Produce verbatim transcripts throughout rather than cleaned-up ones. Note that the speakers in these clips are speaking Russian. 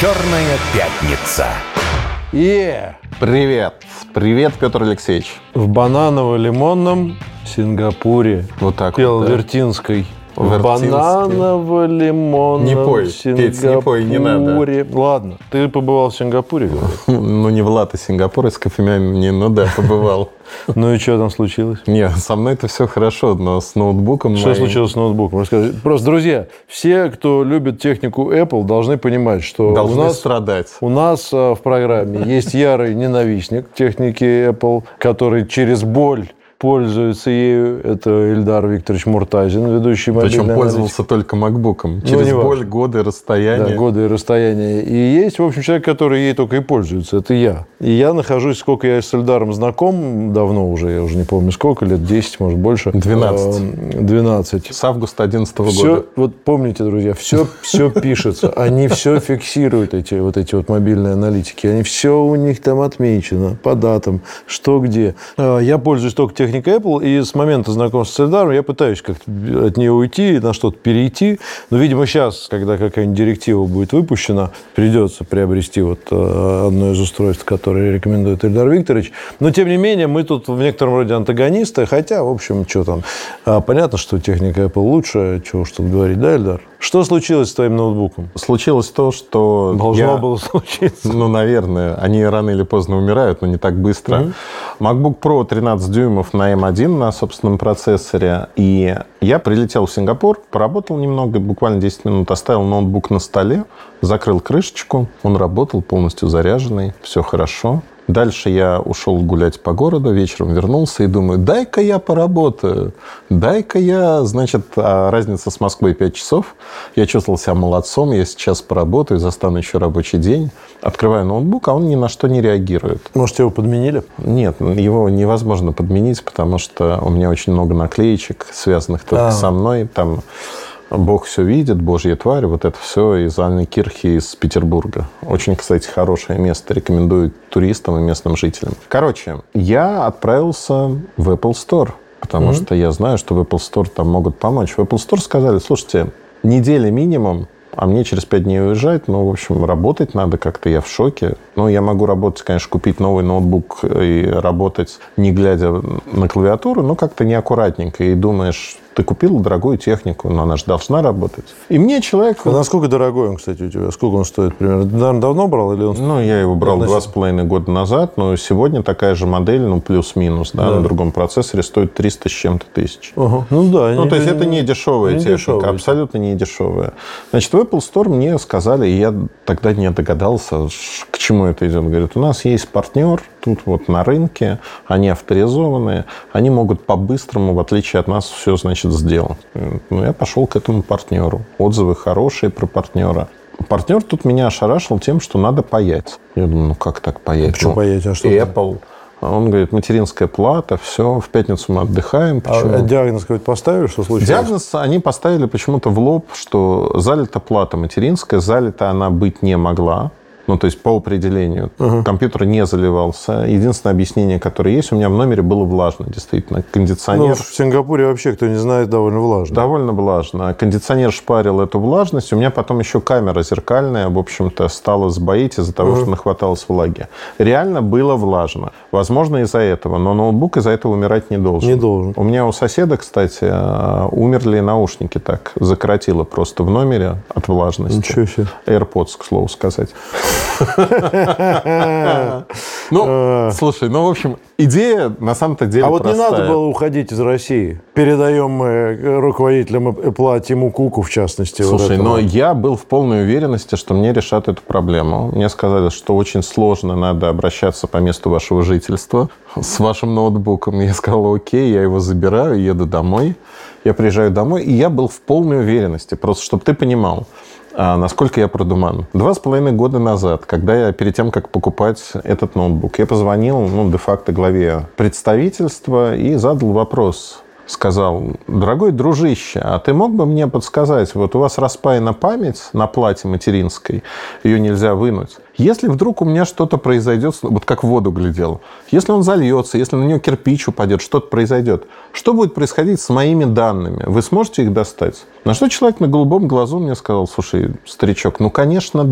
Черная пятница. Yeah. Привет. Привет, Петр Алексеевич. В бананово-лимонном Сингапуре. Вот так пел вот, да. Вертинской. В Вертинский. бананово-лимонном Не пой, Сингапуре. Петь, не пой, не надо. Ладно, ты побывал в Сингапуре, говоришь? Ну, не Влад, а Сингапур, из кофемями, ну да, побывал. Ну и что там случилось? Не, со мной это все хорошо, но с ноутбуком... Что случилось с ноутбуком? Расскажи. Просто, друзья, все, кто любит технику Apple, должны понимать, что Должны у нас, страдать. у нас в программе есть ярый ненавистник техники Apple, который через боль пользуется ею. Это Эльдар Викторович Муртазин, ведущий мобильной Причем аналитики. пользовался только макбуком. Через ну, боль, годы, расстояние. Да, годы и расстояние. И есть, в общем, человек, который ей только и пользуется. Это я. И я нахожусь, сколько я с Эльдаром знаком, давно уже, я уже не помню сколько, лет десять, может, больше. двенадцать. двенадцать. С августа одиннадцатого все, года. Вот помните, друзья, все, все пишется. Они все фиксируют, эти вот эти вот мобильные аналитики. Они все у них там отмечено по датам, что где. Я пользуюсь только техникой Apple, и с момента знакомства с Эльдаром я пытаюсь как-то от нее уйти, на что-то перейти. Но, видимо, сейчас, когда какая-нибудь директива будет выпущена, придется приобрести вот одно из устройств, которое рекомендует Эльдар Викторович. Но, тем не менее, мы тут в некотором роде антагонисты, хотя, в общем, что там. Понятно, что техника Apple лучше, чего уж тут говорить, да, Эльдар? Что случилось с твоим ноутбуком? Случилось то, что... Должно я... было случиться. Ну, наверное. Они рано или поздно умирают, но не так быстро. Mm-hmm. MacBook Pro тринадцать дюймов на эм один на собственном процессоре. И я прилетел в Сингапур, поработал немного, буквально десять минут, оставил ноутбук на столе, закрыл крышечку. Он работал полностью заряженный, все хорошо. Дальше я ушел гулять по городу, вечером вернулся и думаю, дай-ка я поработаю, дай-ка я, значит, разница с Москвой пять часов, я чувствовал себя молодцом, я сейчас поработаю, застану еще рабочий день, открываю ноутбук, а он ни на что не реагирует. Может, его подменили? Нет, его невозможно подменить, потому что у меня очень много наклеечек, связанных только А-а-а. со мной, там... Бог все видит, Божья тварь, вот это все из Анны Кирхи из Петербурга. Очень, кстати, хорошее место, рекомендую туристам и местным жителям. Короче, я отправился в Apple Store, потому mm-hmm. что я знаю, что в Apple Store там могут помочь. В Apple Store сказали, слушайте, неделя минимум, а мне через пять дней уезжать, ну, в общем, работать надо как-то, я в шоке. Ну, я могу работать, конечно, купить новый ноутбук и работать, не глядя на клавиатуру, но как-то неаккуратненько. И думаешь, ты купил дорогую технику, но она же должна работать. И мне человек... А насколько дорогой он, кстати, у тебя? Сколько он стоит примерно? Ты, наверное, давно брал? Или он... Ну, я его брал два с половиной года назад, но сегодня такая же модель, ну, плюс-минус, да, да. на другом процессоре стоит триста с чем-то тысяч. Ага. Ну, да. Ну, не, то есть, не, это не дешевая не техника, дешевая. абсолютно не дешевая. Значит, в Apple Store мне сказали, и я тогда не догадался, к чему это идет. Говорят, у нас есть партнер, тут вот на рынке, они авторизованные, они могут по-быстрому, в отличие от нас, все, значит, сделать. Ну, я пошел к этому партнеру. Отзывы хорошие про партнера. Партнер тут меня ошарашил тем, что надо паять. Я думаю, ну как так паять? Почему ну, паять? А что Apple. Он говорит, материнская плата, все, в пятницу мы отдыхаем. Почему? А диагноз какой-то поставили, что случилось? Диагноз они поставили почему-то в лоб, что залита плата материнская, залита она быть не могла. Ну, то есть, по определению. Uh-huh. Компьютер не заливался. Единственное объяснение, которое есть, у меня в номере было влажно, действительно. Кондиционер... Ну, в Сингапуре вообще, кто не знает, довольно влажно. Довольно влажно. Кондиционер шпарил эту влажность. У меня потом еще камера зеркальная, в общем-то, стала сбоить из-за того, uh-huh. что нахваталось влаги. Реально было влажно. Возможно, из-за этого. Но ноутбук из-за этого умирать не должен. Не должен. У меня у соседа, кстати, умерли наушники так. Закоротило просто в номере от влажности. Ничего себе. AirPods, к слову сказать. Ну, слушай, ну, в общем, идея на самом-то деле А вот простая. не надо было уходить из России. Передаем мы руководителям Apple, Тиму Куку, в частности. Слушай, вот но я был в полной уверенности, что мне решат эту проблему. Мне сказали, что очень сложно, надо обращаться по месту вашего жительства с вашим ноутбуком. Я сказал, окей, я его забираю, еду домой. Я приезжаю домой, и я был в полной уверенности. Просто, чтобы ты понимал, А насколько я продуман. Два с половиной года назад, когда я перед тем, как покупать этот ноутбук, я позвонил, ну, де-факто главе представительства и задал вопрос. Сказал, дорогой дружище, а ты мог бы мне подсказать, вот у вас распаяна память на плате материнской, ее нельзя вынуть. Если вдруг у меня что-то произойдет, вот как в воду глядел, если он зальется, если на него кирпич упадет, что-то произойдет, что будет происходить с моими данными? Вы сможете их достать? На что человек на голубом глазу мне сказал, слушай, старичок, ну, конечно, да.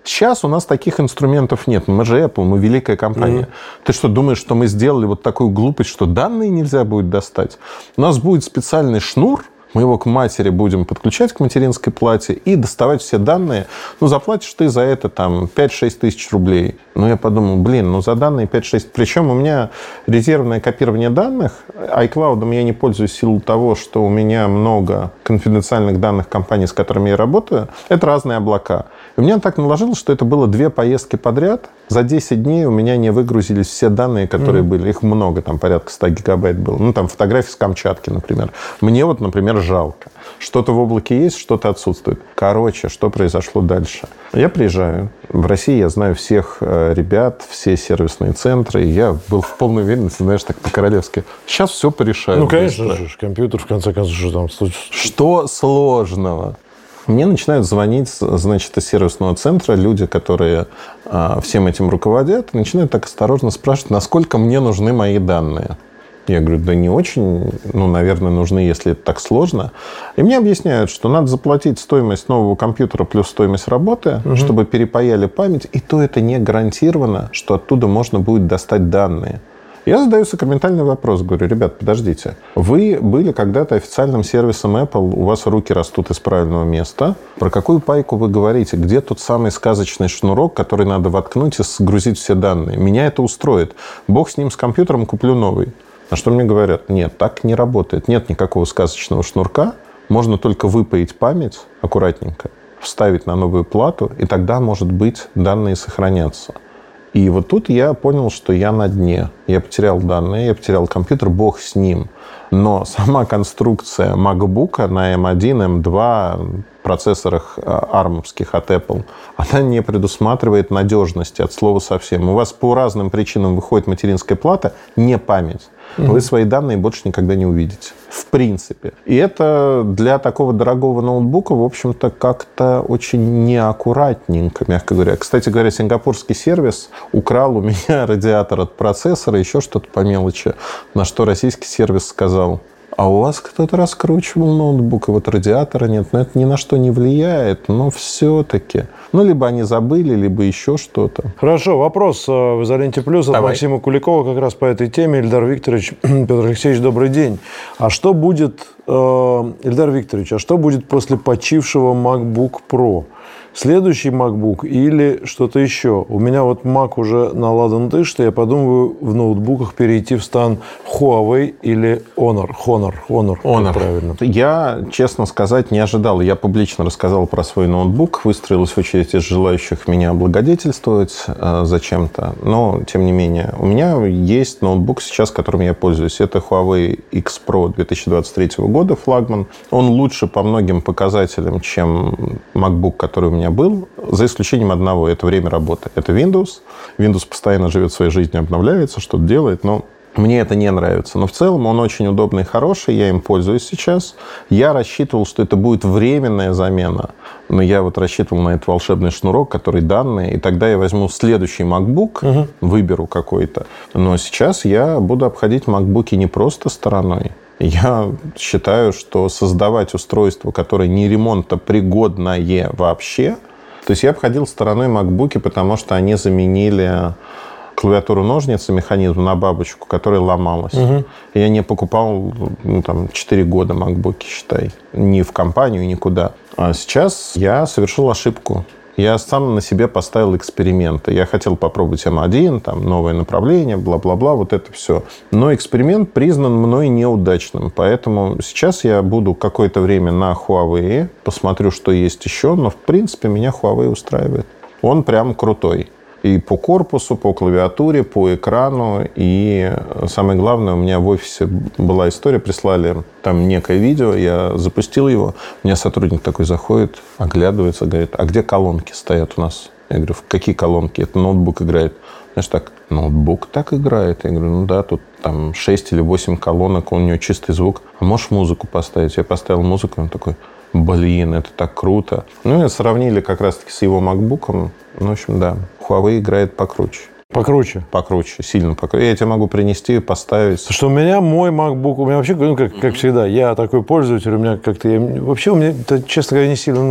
Сейчас у нас таких инструментов нет. Мы же Apple, мы великая компания. Mm-hmm. Ты что, думаешь, что мы сделали вот такую глупость, что данные нельзя будет достать? У нас будет специальный шнур, мы его к матери будем подключать к материнской плате и доставать все данные. Ну, заплатишь ты за это там пять-шесть тысяч рублей. Ну, я подумал, блин, ну за данные пять-шесть... Причем у меня резервное копирование данных. iCloud я не пользуюсь в силу того, что у меня много конфиденциальных данных компаний, с которыми я работаю. Это разные облака. И у меня так наложилось, что это было две поездки подряд. За десять дней у меня не выгрузились все данные, которые mm-hmm. были. Их много, там порядка ста гигабайт было. Ну, там фотографии с Камчатки, например. Мне вот, например, жалко. Что-то в облаке есть, что-то отсутствует. Короче, что произошло дальше? Я приезжаю. В России я знаю всех ребят, все сервисные центры. И я был в полной уверенности, знаешь, так по-королевски. Сейчас все порешаю. Ну, конечно же, компьютер, в конце концов, что там случится. Что сложного? Мне начинают звонить, значит, из сервисного центра люди, которые а, всем этим руководят, и начинают так осторожно спрашивать, насколько мне нужны мои данные. Я говорю, да не очень, ну, наверное, нужны, если это так сложно. И мне объясняют, что надо заплатить стоимость нового компьютера плюс стоимость работы, угу. чтобы перепаяли память, и то это не гарантировано, что оттуда можно будет достать данные. Я задаю сакраментальный вопрос, говорю, ребят, подождите, вы были когда-то официальным сервисом Apple, у вас руки растут из правильного места. Про какую пайку вы говорите? Где тот самый сказочный шнурок, который надо воткнуть и сгрузить все данные? Меня это устроит. Бог с ним, с компьютером, куплю новый. На что мне говорят, нет, так не работает. Нет никакого сказочного шнурка. Можно только выпаять память аккуратненько, вставить на новую плату, и тогда, может быть, данные сохранятся. И вот тут я понял, что я на дне. Я потерял данные, я потерял компьютер, бог с ним. Но сама конструкция MacBook на эм один, эм два, процессорах армовских от Apple, она не предусматривает надежности от слова совсем. У вас по разным причинам выходит материнская плата, не память. Mm-hmm. Вы свои данные больше никогда не увидите. В принципе. И это для такого дорогого ноутбука, в общем-то, как-то очень неаккуратненько, мягко говоря. Кстати говоря, сингапурский сервис украл у меня радиатор от процессора, еще что-то по мелочи, на что российский сервис сказал, а у вас кто-то раскручивал ноутбук, и вот радиатора нет. Но это ни на что не влияет, но все-таки. Ну, либо они забыли, либо еще что-то. Хорошо, вопрос в «Изоленте плюс» от Давай. Максима Куликова как раз по этой теме. Ильдар Викторович, Петр Алексеевич, добрый день. А что будет, э, Ильдар Викторович, а что будет после почившего MacBook Pro? Следующий MacBook или что-то еще? У меня вот Mac уже наладан дышит, и я подумываю в ноутбуках перейти в стан Huawei или Honor. Honor. Honor. Honor. Правильно. Я, честно сказать, не ожидал. Я публично рассказал про свой ноутбук. Выстроилась очередь из желающих меня облагодетельствовать э, зачем-то. Но, тем не менее, у меня есть ноутбук сейчас, которым я пользуюсь. Это Huawei X Pro две тысячи двадцать третьего года, флагман. Он лучше по многим показателям, чем MacBook, который у меня был, за исключением одного, это время работы. Это Windows. Windows постоянно живет своей жизнью, обновляется, что-то делает, но мне это не нравится. Но в целом он очень удобный и хороший, я им пользуюсь сейчас. Я рассчитывал, что это будет временная замена, но я вот рассчитывал на этот волшебный шнурок, который данные, и тогда я возьму следующий MacBook, угу. выберу какой-то. Но сейчас я буду обходить MacBook'и не просто стороной. Я считаю, что создавать устройство, которое не ремонтопригодное вообще... То есть я обходил стороной MacBook'и, потому что они заменили клавиатуру ножницы, механизм на бабочку, которая ломалась. Угу. Я не покупал ну, там, четыре года MacBook'и, считай. Ни в компанию, никуда. А сейчас я совершил ошибку. Я сам на себе поставил эксперименты. Я хотел попробовать эм один, там, новое направление, бла-бла-бла, вот это все. Но эксперимент признан мной неудачным. Поэтому сейчас я буду какое-то время на Huawei, посмотрю, что есть еще. Но, в принципе, меня Huawei устраивает. Он прям крутой. И по корпусу, по клавиатуре, по экрану. И самое главное, у меня в офисе была история, прислали там некое видео, я запустил его. У меня сотрудник такой заходит, оглядывается, говорит, а где колонки стоят у нас? Я говорю, какие колонки? Это ноутбук играет. Знаешь, так, ноутбук так играет? Я говорю, ну да, тут там шесть или восемь колонок, у него чистый звук. А можешь музыку поставить? Я поставил музыку, он такой... Блин, это так круто. Ну, и сравнили как раз-таки с его MacBook'ом. Ну, в общем, да, Huawei играет покруче. Покруче? Покруче, сильно покруче. Я тебе могу принести, поставить. Что у меня мой MacBook, у меня вообще, ну, как, как всегда, я такой пользователь, у меня как-то... Я, вообще, у меня, это, честно говоря, не сильно нужен.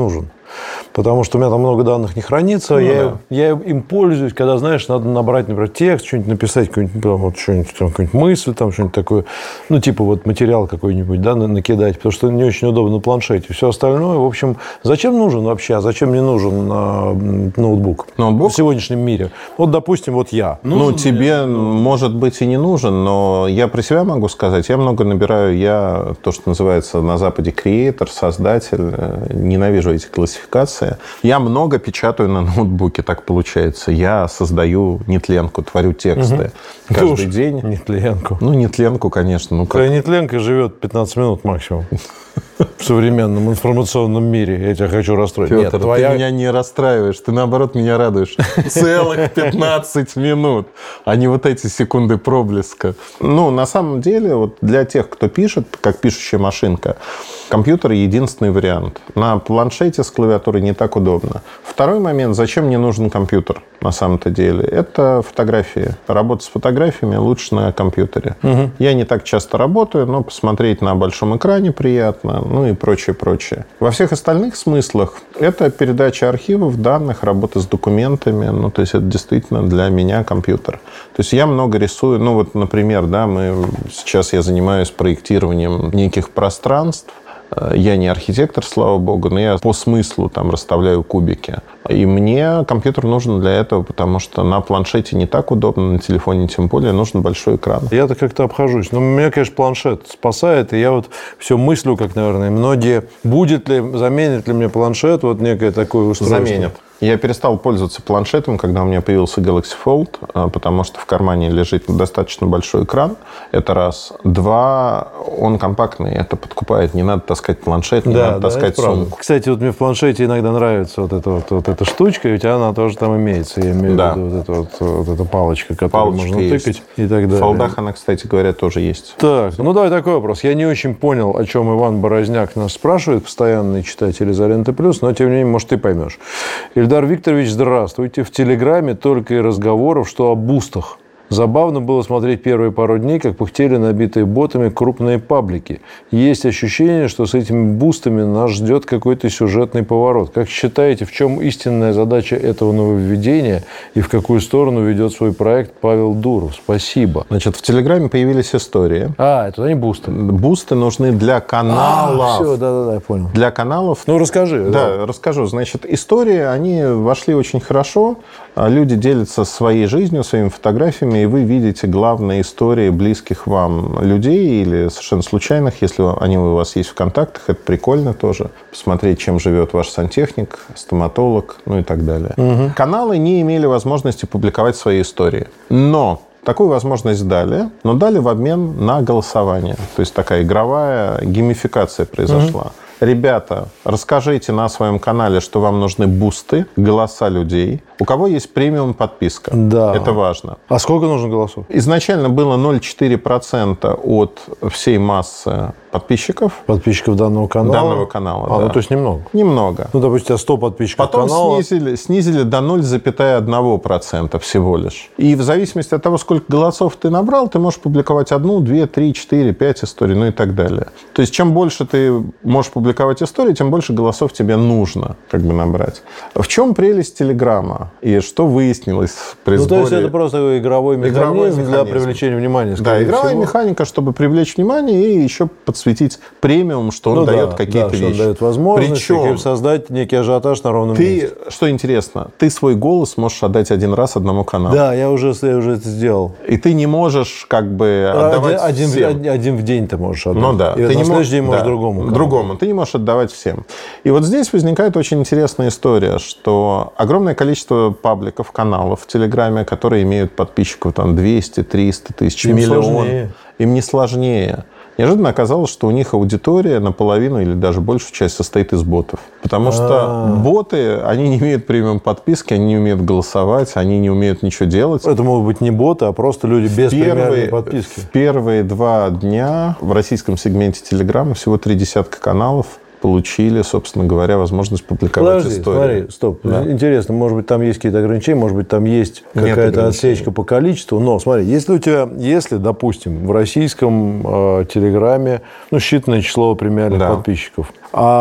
Потому что у меня там много данных не хранится. Ну, я, да. я им пользуюсь, когда, знаешь, надо набрать, например, текст, что-нибудь написать, какую-нибудь, там, вот, что-нибудь, там, какую-нибудь мысль, там, что-нибудь такое. Ну, типа вот материал какой-нибудь, да, накидать. Потому что не очень удобно на планшете. Все остальное, в общем, зачем нужен вообще? А зачем мне нужен а, ноутбук? Ноутбук? В сегодняшнем мире. Вот, допустим, вот я. Ну, тебе, может быть, и не нужен, но я про себя могу сказать. Я много набираю, я то, что называется на Западе креатор, создатель. Ненавижу эти классификации. Я много печатаю на ноутбуке, так получается. Я создаю нетленку, творю тексты угу. каждый Душ. день. Нетленку. Ну, нетленку, конечно. Ну, как... Нетленка живет пятнадцать минут максимум. В современном информационном мире. Я тебя хочу расстроить. Петр, Нет, ты твоя... меня не расстраиваешь. Ты, наоборот, меня радуешь. Целых пятнадцать минут, а не вот эти секунды проблеска. Ну, на самом деле, вот для тех, кто пишет, как пишущая машинка, компьютер — единственный вариант. На планшете с клавиатурой не так удобно. Второй момент. Зачем мне нужен компьютер на самом-то деле? Это фотографии. Работа с фотографиями лучше на компьютере. Угу. Я не так часто работаю, но посмотреть на большом экране приятно. Ну и прочее, прочее. Во всех остальных смыслах это передача архивов, данных, работа с документами. Ну, то есть это действительно для меня компьютер. То есть я много рисую. Ну, вот, например, да, мы сейчас я занимаюсь проектированием неких пространств. Я не архитектор, слава богу, но я по смыслу там расставляю кубики. И мне компьютер нужен для этого, потому что на планшете не так удобно, на телефоне тем более нужен большой экран. Я-то как-то обхожусь. Но меня, конечно, планшет спасает. И я вот все мыслю, как, наверное, многие. Будет ли, заменит ли мне планшет вот некое такое устройство? Заменит. Я перестал пользоваться планшетом, когда у меня появился Galaxy Fold, потому что в кармане лежит достаточно большой экран. Это раз. Два, он компактный, это подкупает. Не надо таскать планшет, не да, надо да, таскать сумку. Кстати, вот мне в планшете иногда нравится вот эта, вот, вот эта штучка, ведь она тоже там имеется. Я имею да. в виду вот эта, вот, вот эта палочка, которую Палочка можно есть. тыкать и так далее. В фолдах она, кстати говоря, тоже есть. Так, ну давай такой вопрос. Я не очень понял, о чем Иван Борозняк нас спрашивает, постоянный читатель «Изоленты плюс», но тем не менее, может, ты поймешь. Ильдар Викторович, здравствуйте. В Телеграме только и разговоров, что о бустах. Забавно было смотреть первые пару дней, как пыхтели набитые ботами крупные паблики. Есть ощущение, что с этими бустами нас ждет какой-то сюжетный поворот. Как считаете, в чем истинная задача этого нововведения и в какую сторону ведет свой проект Павел Дуров? Спасибо. Значит, в Телеграме появились истории. А, это не бусты. Бусты нужны для каналов. А, все, да-да-да, я понял. Для каналов. Ну, расскажи. Да, да, расскажу. Значит, истории, они вошли очень хорошо. Люди делятся своей жизнью, своими фотографиями, и вы видите главные истории близких вам людей или совершенно случайных, если они у вас есть в контактах. Это прикольно тоже. Посмотреть, чем живет ваш сантехник, стоматолог, ну и так далее. Угу. Каналы не имели возможности публиковать свои истории. Но такую возможность дали, но дали в обмен на голосование. То есть такая игровая геймификация произошла. Угу. Ребята, расскажите на своем канале, что вам нужны бусты, голоса людей. У кого есть премиум подписка. Да. Это важно. А сколько нужно голосов? Изначально было ноль целых четыре десятых процента от всей массы подписчиков. Подписчиков данного канала? Данного канала, а, да. ну, то есть немного? Немного. Ну, допустим, у тебя сто подписчиков Потом канала. Потом снизили, снизили до ноль целых одна десятая процента всего лишь. И в зависимости от того, сколько голосов ты набрал, ты можешь публиковать одну, две, три, четыре, пять историй, ну и так далее. То есть, чем больше ты можешь публиковать истории, тем больше голосов тебе нужно как бы набрать. В чем прелесть Телеграма? И что выяснилось при ну, сборе? то есть, это просто такой игровой механизм, игровой механизм для привлечения внимания. Да, игровая всего. механика, чтобы привлечь внимание и еще подсветить премиум, что он ну, дает да, какие-то да, вещи. Что он дает возможность Причем создать некий ажиотаж на ровном ты, месте. Что интересно, ты свой голос можешь отдать один раз одному каналу. Да, я уже, я уже это сделал. И ты не можешь как бы отдавать один, всем. Один, один в день ты можешь отдать. Ну да. И ты на не следующий день можешь да, другому каналу. Другому. Ты не можешь отдавать всем. И вот здесь возникает очень интересная история, что огромное количество пабликов, каналов в Телеграме, которые имеют подписчиков там двести, триста тысяч, им миллион. Сложнее. Им не сложнее. Неожиданно оказалось, что у них аудитория наполовину или даже большую часть состоит из ботов. Потому что А-а-а. боты, они не имеют премиум подписки, они не умеют голосовать, они не умеют ничего делать. Это могут быть не боты, а просто люди без премиальной подписки. В первые два дня в российском сегменте Телеграма всего три десятка каналов получили, собственно говоря, возможность публиковать Подожди, истории. Смотри, стоп. Да. Интересно, может быть, там есть какие-то ограничения, может быть, там есть какая-то отсечка по количеству. Но смотри, если у тебя, если, допустим, в российском э, Телеграме, ну, считанное число премиальных да. подписчиков, а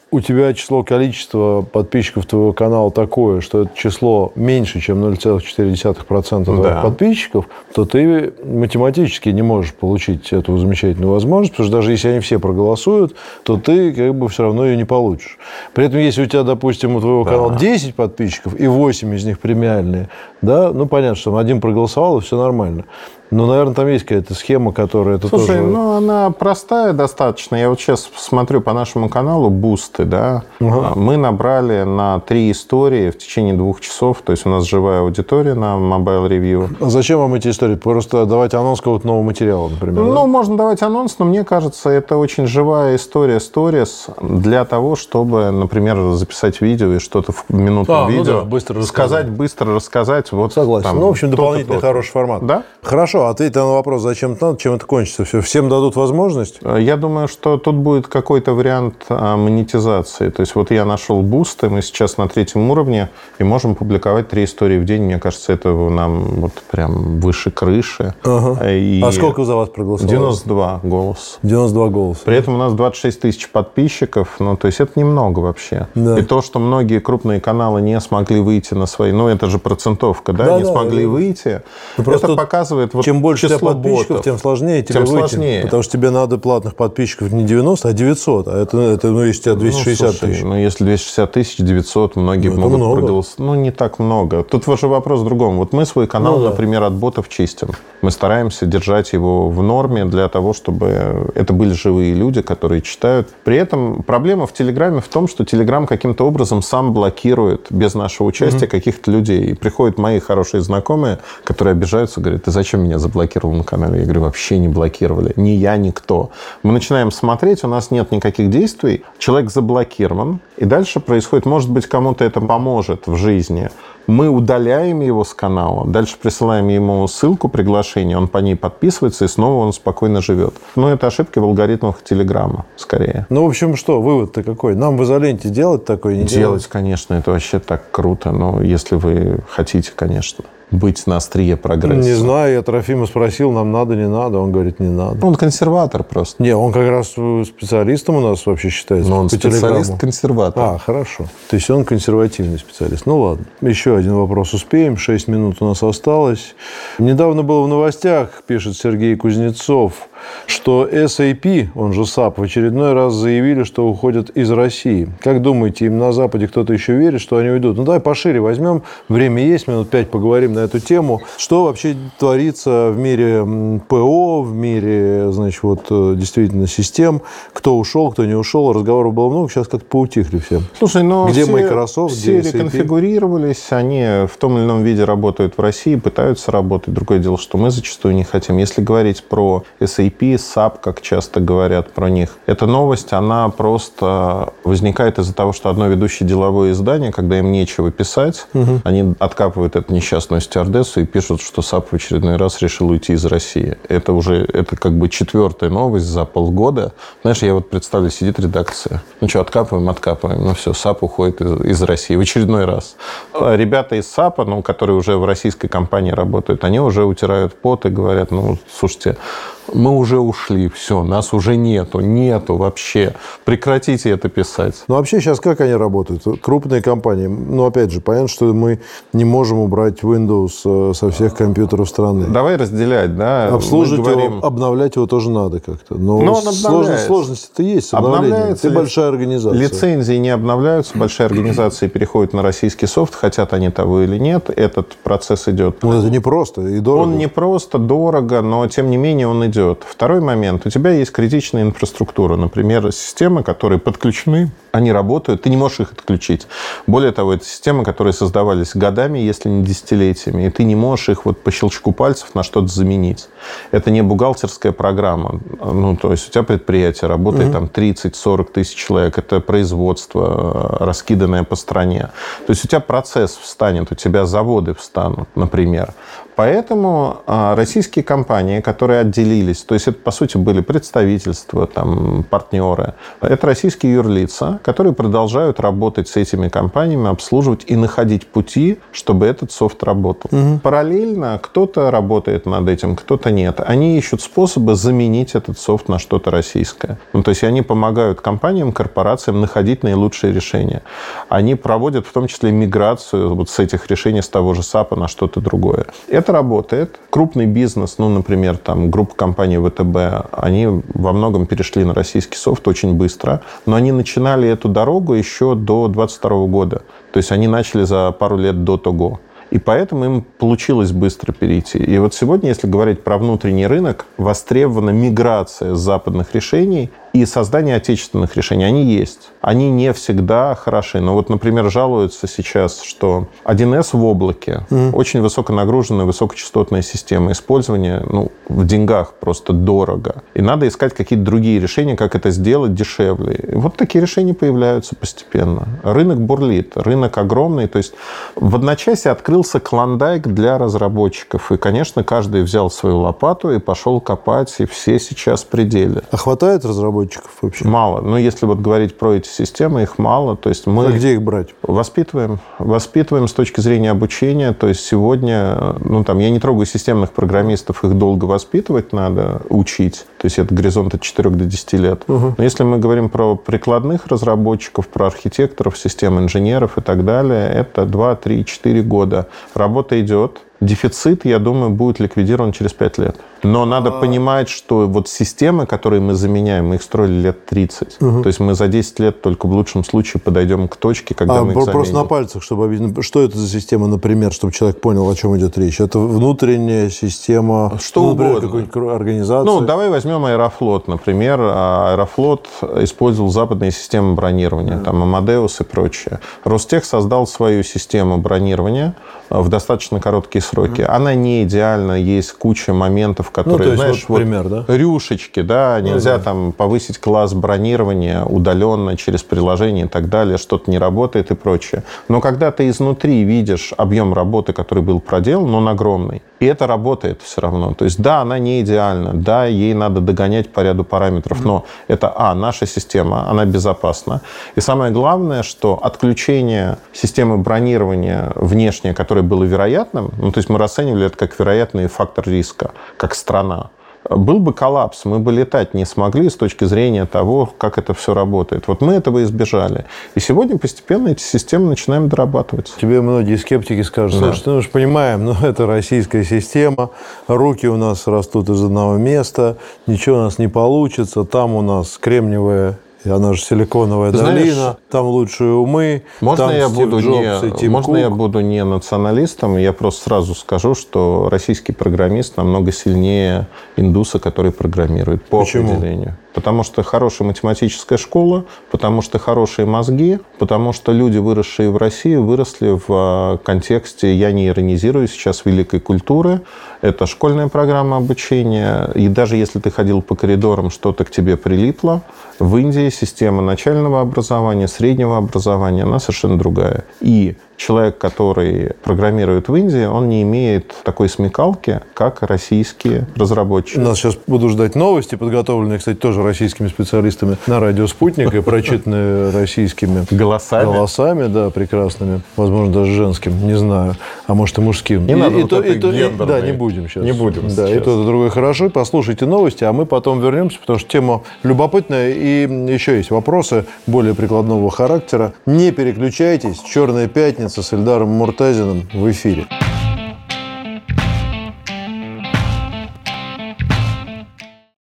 у тебя число, количество подписчиков твоего канала такое, что это число меньше, чем ноль целых четыре десятых процента твоих Да. подписчиков, то ты математически не можешь получить эту замечательную возможность, потому что даже если они все проголосуют, то ты как бы все равно ее не получишь. При этом, если у тебя, допустим, у твоего Да. канала десять подписчиков и восемь из них премиальные, да, ну, понятно, что один проголосовал, и все нормально. Но, наверное, там есть какая-то схема, которая... Это Слушай, тоже... ну она простая достаточно. Я вот сейчас смотрю по нашему каналу бусты, да. Ага. Мы набрали на три истории в течение двух часов. То есть у нас живая аудитория на Mobile Review. А зачем вам эти истории? Просто давать анонс какого-то нового материала, например? Ну, да? можно давать анонс, но мне кажется, это очень живая история сторис для того, чтобы, например, записать видео и что-то в минутном А, ну видео да, быстро сказать, рассказать. быстро рассказать. Вот Согласен. там Ну, в общем, то-то, дополнительный то-то. хороший формат. Да? Хорошо, ответь на вопрос, зачем это надо, чем это кончится все. Всем дадут возможность? Я думаю, что тут будет какой-то вариант а, монетизации. То есть вот я нашел бусты, мы сейчас на третьем уровне и можем публиковать три истории в день. Мне кажется, это нам вот прям выше крыши. Ага. И А сколько за вас проголосовало? девяносто два голоса. девяносто два голоса. При этом у нас двадцать шесть тысяч подписчиков, ну, то есть это немного вообще. Да. И то, что многие крупные каналы не смогли выйти на свои, ну, это же процентовка, да, Да, не да, смогли да. выйти, Ну, просто это показывает вот Чем больше у тебя число подписчиков, ботов. тем сложнее тебе Тем выйти. сложнее. Потому что тебе надо платных подписчиков не девяносто, а девятьсот. А это, это ну, если у тебя двести шестьдесят ну, слушай, тысяч. ну, если двести шестьдесят тысяч, девятьсот, многие Ну, это могут много. проголосовать. Ну, не так много. Тут уже вопрос в другом. Вот мы свой канал, Ну, да. например, от ботов чистим. Мы стараемся держать его в норме для того, чтобы это были живые люди, которые читают. При этом проблема в Телеграме в том, что Телеграм каким-то образом сам блокирует без нашего участия mm-hmm. каких-то людей. И приходят мои хорошие знакомые, которые обижаются, говорят: ты зачем меня заблокировал на канале? Я говорю: вообще не блокировали. Ни я, никто. Мы начинаем смотреть, у нас нет никаких действий. Человек заблокирован. И дальше происходит, может быть, кому-то это поможет в жизни. Мы удаляем его с канала, дальше присылаем ему ссылку, приглашение, он по ней подписывается, и снова он спокойно живет. Но это ошибки в алгоритмах Телеграма, скорее. Ну, в общем, что, вывод-то какой? Нам в изоленте делать такое, не делать? Делать, конечно, это вообще так круто, но если вы хотите, конечно, быть на острие прогресса. Не знаю, я Трофима спросил, нам надо, не надо. Он говорит, не надо. Он консерватор просто. Не, он как раз специалистом у нас вообще считается. Но он по Телеграмму. специалист-консерватор. А, хорошо. То есть он консервативный специалист. Ну ладно. Еще один вопрос успеем. Шесть минут у нас осталось. Недавно было в новостях, пишет Сергей Кузнецов, что эс эй пи, он же САП, в очередной раз заявили, что уходят из России. Как думаете, им на Западе кто-то еще верит, что они уйдут? Ну, давай пошире возьмем. Время есть, минут пять поговорим на эту тему. Что вообще творится в мире ПО, в мире, значит, вот действительно систем? Кто ушел, кто не ушел? Разговоров было много, сейчас как-то поутихли все. Слушай, но где все, Microsoft, все где эс эй пи? реконфигурировались, они в том или ином виде работают в России, пытаются работать. Другое дело, что мы зачастую не хотим. Если говорить про эс эй пи, САП, как часто говорят про них, эта новость, она просто возникает из-за того, что одно ведущее деловое издание, когда им нечего писать, угу. они откапывают эту несчастную стюардессу и пишут, что САП в очередной раз решил уйти из России. Это уже, это как бы четвертая новость за полгода. Знаешь, я вот представлю, сидит редакция. Ну что, откапываем, откапываем. Ну все, САП уходит из, из России в очередной раз. Ребята из САПа, ну, которые уже в российской компании работают, они уже утирают пот и говорят: ну, слушайте, мы уже ушли, все, нас уже нету, нету вообще. Прекратите это писать. Ну, вообще сейчас как они работают? Крупные компании. Ну, опять же, понятно, что мы не можем убрать Windows со всех компьютеров страны. Давай разделять, да. Обслуживать говорим... его, обновлять его тоже надо как-то. Но, Но сложность, сложности-то есть с обновлением. Ты ли... большая организация. Лицензии не обновляются, большие организации переходят на российский софт, хотят они того или нет. Этот процесс идет. Ну, это непросто и дорого. Он не просто дорого, но тем не менее он идет. Второй момент. У тебя есть критичная инфраструктура. Например, системы, которые подключены, они работают, ты не можешь их отключить. Более того, это системы, которые создавались годами, если не десятилетиями, и ты не можешь их вот по щелчку пальцев на что-то заменить. Это не бухгалтерская программа. Ну, то есть у тебя предприятие, работает угу. там тридцать-сорок тысяч человек, это производство, раскиданное по стране. То есть у тебя процесс встанет, у тебя заводы встанут, например. Поэтому а, российские компании, которые отделились, то есть это, по сути, были представительства, там, партнеры, это российские юрлица, которые продолжают работать с этими компаниями, обслуживать и находить пути, чтобы этот софт работал. Угу. Параллельно кто-то работает над этим, кто-то нет. Они ищут способы заменить этот софт на что-то российское. Ну, то есть они помогают компаниям, корпорациям находить наилучшие решения. Они проводят в том числе миграцию вот с этих решений с того же сапа на что-то другое. Это работает. Крупный бизнес, ну, например, там, группа компаний ВТБ, они во многом перешли на российский софт очень быстро, но они начинали эту дорогу еще до двадцать второго года. То есть они начали за пару лет до того. И поэтому им получилось быстро перейти. И вот сегодня, если говорить про внутренний рынок, востребована миграция с западных решений и создание отечественных решений. Они есть. Они не всегда хороши. Но вот, например, жалуются сейчас, что один эс в облаке, mm. очень высоконагруженная, высокочастотная система использования, ну, в деньгах просто дорого. И надо искать какие-то другие решения, как это сделать дешевле. И вот такие решения появляются постепенно. Рынок бурлит, рынок огромный. То есть в одночасье открылся клондайк для разработчиков. И, конечно, каждый взял свою лопату и пошел копать, и все сейчас в пределе. А хватает разработчиков вообще? Мало. Но если вот говорить про эти системы, их мало. То есть мы а где их брать? Воспитываем. Воспитываем с точки зрения обучения. То есть сегодня, ну там, я не трогаю системных программистов, их долго воспитывать надо, учить. То есть это горизонт от четырёх до десяти лет. Угу. Но если мы говорим про прикладных разработчиков, про архитекторов, систем инженеров и так далее, это два, три, четыре года. Работа идет. Дефицит, я думаю, будет ликвидирован через пять лет. Но надо а... понимать, что вот системы, которые мы заменяем, мы их строили лет тридцать. Угу. То есть мы за десять лет только в лучшем случае подойдем к точке, когда а, мы их заменим. Просто на пальцах, чтобы объяснить. Что это за система, например, чтобы человек понял, о чем идет речь? Это внутренняя система, что ну, например, угодно. Какой-нибудь организации? Ну, давай возьмем Аэрофлот, например. Аэрофлот использовал западные системы бронирования, да. там Amadeus и прочее. Ростех создал свою систему бронирования в достаточно короткие сроки. Mm-hmm. Она не идеальна, есть куча моментов, которые, ну, то есть, знаешь, вот, пример, да? рюшечки, да, нельзя mm-hmm. там повысить класс бронирования удаленно через приложение и так далее, что-то не работает и прочее. Но когда ты изнутри видишь объем работы, который был проделан, он огромный. И это работает все равно. То есть, да, она не идеальна, да, ей надо догонять по ряду параметров, mm-hmm. но это, а, наша система, она безопасна. И самое главное, что отключение системы бронирования внешнее, которое было вероятным, ну, то есть мы расценивали это как вероятный фактор риска, как страна. Был бы коллапс, мы бы летать не смогли с точки зрения того, как это все работает. Вот мы этого избежали. И сегодня постепенно эти системы начинаем дорабатывать. Тебе многие скептики скажут, да. слушай, ну мы же понимаем, ну это российская система, руки у нас растут из одного места, ничего у нас не получится, там у нас кремниевая... Она же силиконовая Знаешь, долина, там лучшие умы, можно там я Стив буду Джобс не, и Тим Можно Кук. я буду не националистом, я просто сразу скажу, что российский программист намного сильнее индуса, который программирует, по Почему? определению. Потому что хорошая математическая школа, потому что хорошие мозги, потому что люди, выросшие в России, выросли в контексте, я не иронизирую сейчас, великой культуры. Это школьная программа обучения. И даже если ты ходил по коридорам, что-то к тебе прилипло, в Индии система начального образования, среднего образования, она совершенно другая. И человек, который программирует в Индии, он не имеет такой смекалки, как российские разработчики. Нас сейчас будут ждать новости, подготовленные, кстати, тоже российскими специалистами на радио «Спутник» и прочитанные российскими голосами. голосами, да, прекрасными, возможно, даже женским, не знаю, а может и мужским. Не и, надо и, вот то, этой и, то, и, Да, не будем сейчас. Не будем Да, сейчас. и то, и другое хорошо. Послушайте новости, а мы потом вернемся, потому что тема любопытная. И еще есть вопросы более прикладного характера. Не переключайтесь. «Черная пятница» с Эльдаром Муртазиным в эфире.